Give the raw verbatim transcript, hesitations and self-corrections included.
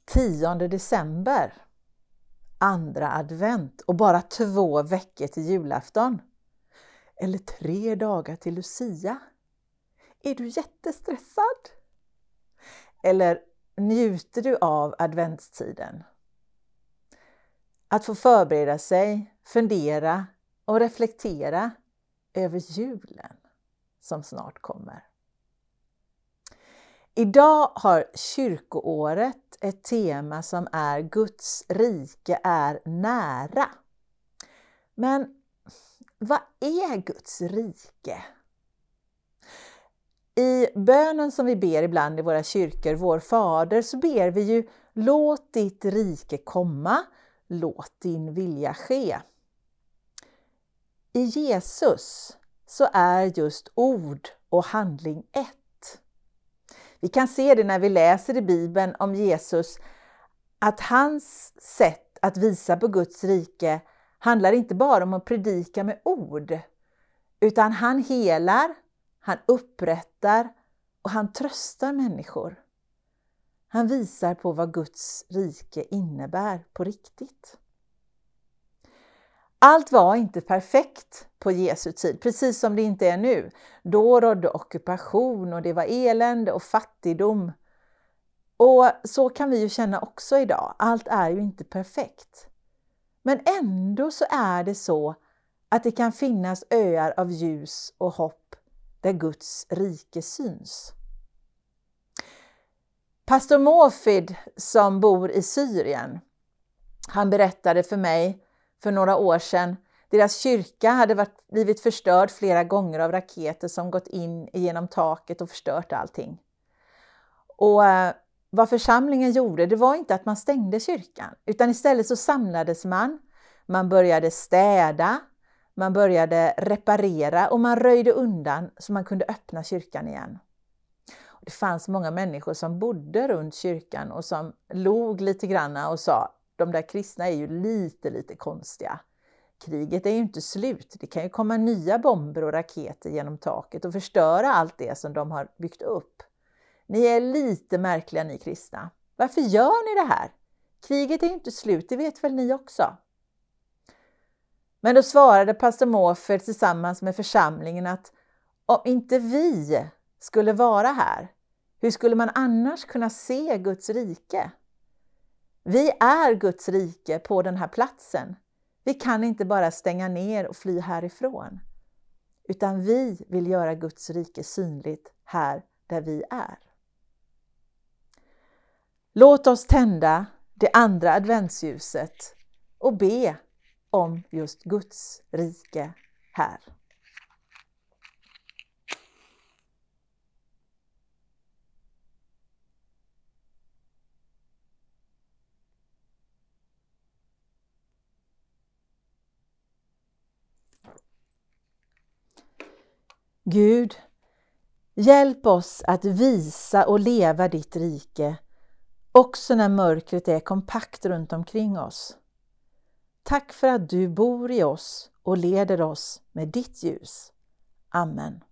tionde december, andra advent och bara två veckor till julafton. Eller tre dagar till Lucia. Är du jättestressad? Eller njuter du av adventstiden? Att få förbereda sig, fundera och reflektera över julen som snart kommer. Idag har kyrkoåret ett tema som är Guds rike är nära. Men vad är Guds rike? I bönen som vi ber ibland i våra kyrkor, vår fader, så ber vi ju: låt ditt rike komma, låt din vilja ske. I Jesus så är just ord och handling ett. Vi kan se det när vi läser i Bibeln om Jesus, att hans sätt att visa på Guds rike handlar inte bara om att predika med ord, utan han helar, han upprättar och han tröstar människor. Han visar på vad Guds rike innebär på riktigt. Allt var inte perfekt på Jesu tid, precis som det inte är nu. Då rådde ockupation och det var elände och fattigdom. Och så kan vi ju känna också idag. Allt är ju inte perfekt. Men ändå så är det så att det kan finnas öar av ljus och hopp där Guds rike syns. Pastor Måfid som bor i Syrien, han berättade för mig för några år sedan, deras kyrka hade varit, blivit förstörd flera gånger av raketer som gått in genom taket och förstört allting. Och eh, vad församlingen gjorde, det var inte att man stängde kyrkan, utan istället så samlades man, man började städa, man började reparera och man röjde undan så man kunde öppna kyrkan igen. Och det fanns många människor som bodde runt kyrkan och som log lite granna och sa: de där kristna är ju lite, lite konstiga. Kriget är ju inte slut. Det kan ju komma nya bomber och raketer genom taket och förstöra allt det som de har byggt upp. Ni är lite märkliga, ni kristna. Varför gör ni det här? Kriget är ju inte slut, det vet väl ni också? Men då svarade pastor Måfid tillsammans med församlingen att om inte vi skulle vara här, hur skulle man annars kunna se Guds rike? Vi är Guds rike på den här platsen. Vi kan inte bara stänga ner och fly härifrån. Utan vi vill göra Guds rike synligt här där vi är. Låt oss tända det andra adventsljuset och be om just Guds rike här. Gud, hjälp oss att visa och leva ditt rike, också när mörkret är kompakt runt omkring oss. Tack för att du bor i oss och leder oss med ditt ljus. Amen.